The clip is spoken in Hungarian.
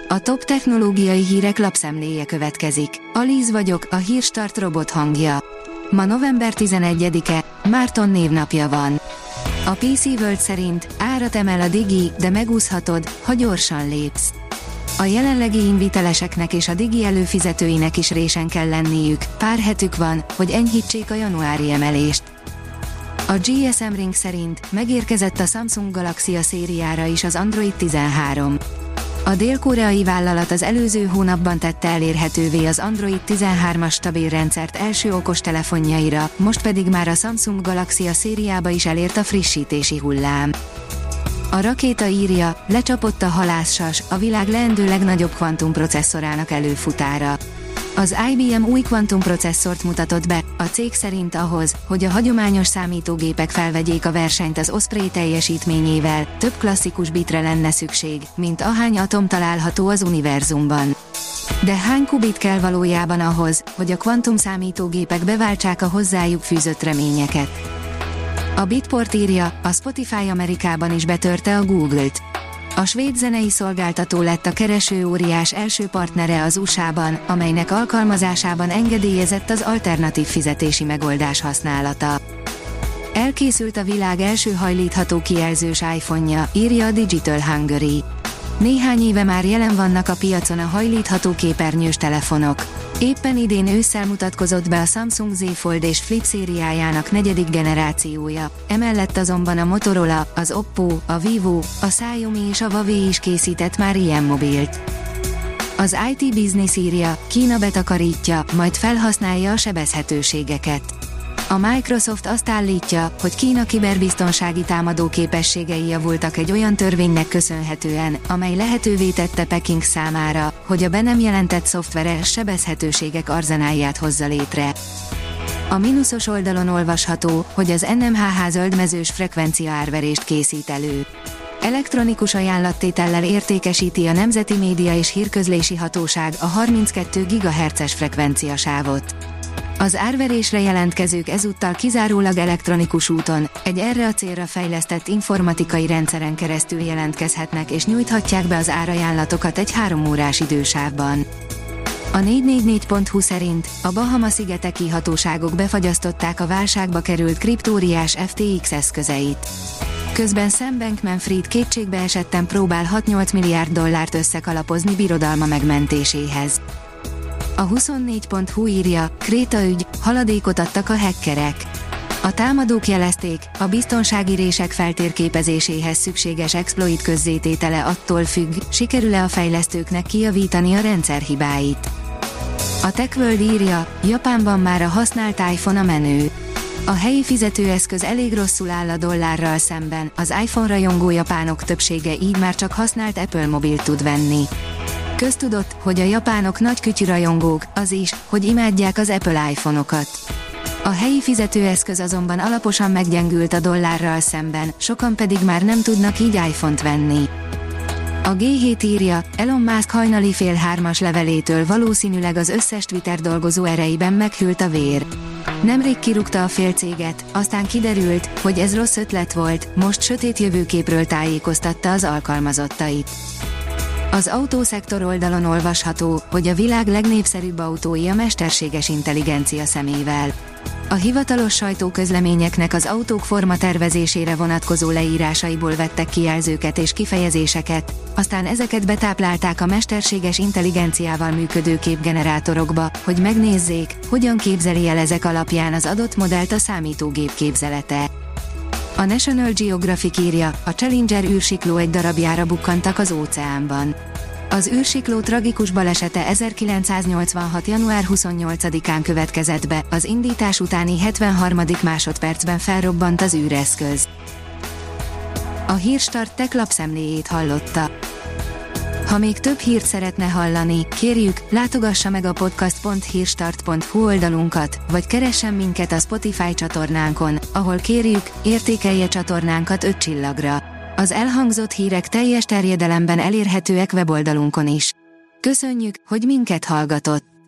A top technológiai hírek lapszemléje következik. Alíz vagyok, a Hírstart robot hangja. Ma november 11-e, Márton névnapja van. A PC World szerint árat emel a Digi, de megúszhatod, ha gyorsan lépsz. A jelenlegi inviteleseknek és a Digi előfizetőinek is résen kell lenniük, pár hetük van, hogy enyhítsék a januári emelést. A GSM Ring szerint megérkezett a Samsung Galaxy szériára is az Android 13. A dél-koreai vállalat az előző hónapban tette elérhetővé az Android 13-as stabil rendszert első okostelefonjaira, most pedig már a Samsung Galaxy szériába is elért a frissítési hullám. A Rakéta írja, lecsapott a halászsas, a világ leendő legnagyobb kvantumprocesszorának előfutára. Az IBM új kvantumprocesszort mutatott be, a cég szerint ahhoz, hogy a hagyományos számítógépek felvegyék a versenyt az Osprey teljesítményével, több klasszikus bitre lenne szükség, mint ahány atom található az univerzumban. De hány kubit kell valójában ahhoz, hogy a kvantumszámítógépek beváltsák a hozzájuk fűzött reményeket? A Bitport írja, a Spotify Amerikában is betörte a Google-t. A svéd zenei szolgáltató lett a kereső óriás első partnere az USA-ban, amelynek alkalmazásában engedélyezett az alternatív fizetési megoldás használata. Elkészült a világ első hajlítható kijelzős iPhone-ja, írja a Digital Hungary. Néhány éve már jelen vannak a piacon a hajlítható képernyős telefonok. Éppen idén ősszel mutatkozott be a Samsung Z Fold és Flip szériájának 4. generációja, emellett azonban a Motorola, az Oppo, a Vivo, a Xiaomi és a Huawei is készített már ilyen mobilt. Az IT Business írja, Kína betakarítja, majd felhasználja a sebezhetőségeket. A Microsoft azt állítja, hogy Kína kiberbiztonsági támadó képességei javultak egy olyan törvénynek köszönhetően, amely lehetővé tette Peking számára, hogy a be nem jelentett szoftveres sebezhetőségek arzenálját hozza létre. A mínuszos oldalon olvasható, hogy az NMHH zöldmezős frekvencia árverést készít elő. Elektronikus ajánlattétellel értékesíti a Nemzeti Média és Hírközlési Hatóság a 32 GHz-es frekvenciasávot. Az árverésre jelentkezők ezúttal kizárólag elektronikus úton, egy erre a célra fejlesztett informatikai rendszeren keresztül jelentkezhetnek és nyújthatják be az árajánlatokat egy 3 órás idősávban. A 444.hu szerint a Bahama-szigeteki hatóságok befagyasztották a válságba került kriptóriás FTX eszközeit. Közben Sam Bankman-Fried kétségbeesetten próbál 6-8 milliárd dollárt összekalapozni birodalma megmentéséhez. A 24.hu írja, Kréta ügy, haladékot adtak a hackerek. A támadók jelezték, a biztonsági rések feltérképezéséhez szükséges exploit közzététele attól függ, sikerül-e a fejlesztőknek kijavítani a rendszer hibáit. A TechWorld írja, Japánban már a használt iPhone a menő. A helyi fizetőeszköz elég rosszul áll a dollárral szemben, az iPhone rajongó japánok többsége így már csak használt Apple mobilt tud venni. Köztudott, hogy a japánok nagy kütyűrajongók, az is, hogy imádják az Apple iPhone-okat. A helyi fizetőeszköz azonban alaposan meggyengült a dollárral szemben, sokan pedig már nem tudnak így iPhone-t venni. A G7 írja, Elon Musk hajnali 2:30 levelétől valószínűleg az összes Twitter dolgozó ereiben meghűlt a vér. Nemrég kirúgta a félcéget, aztán kiderült, hogy ez rossz ötlet volt, most sötét jövőképről tájékoztatta az alkalmazottait. Az autószektor oldalon olvasható, hogy a világ legnépszerűbb autói a mesterséges intelligencia szemével. A hivatalos sajtóközleményeknek az autók formatervezésére vonatkozó leírásaiból vettek kijelzőket és kifejezéseket, aztán ezeket betáplálták a mesterséges intelligenciával működő képgenerátorokba, hogy megnézzék, hogyan képzeli el ezek alapján az adott modellt a számítógép képzelete. A National Geographic írja, a Challenger űrsikló egy darabjára bukkantak az óceánban. Az űrsikló tragikus balesete 1986. január 28-án következett be, az indítás utáni 73. másodpercben felrobbant az űreszköz. A Hírstart Tech lapszemléjét hallotta. Ha még több hírt szeretne hallani, kérjük, látogassa meg a podcast.hírstart.hu oldalunkat, vagy keressen minket a Spotify csatornánkon, ahol kérjük, értékelje csatornánkat 5 csillagra. Az elhangzott hírek teljes terjedelemben elérhetőek weboldalunkon is. Köszönjük, hogy minket hallgatott!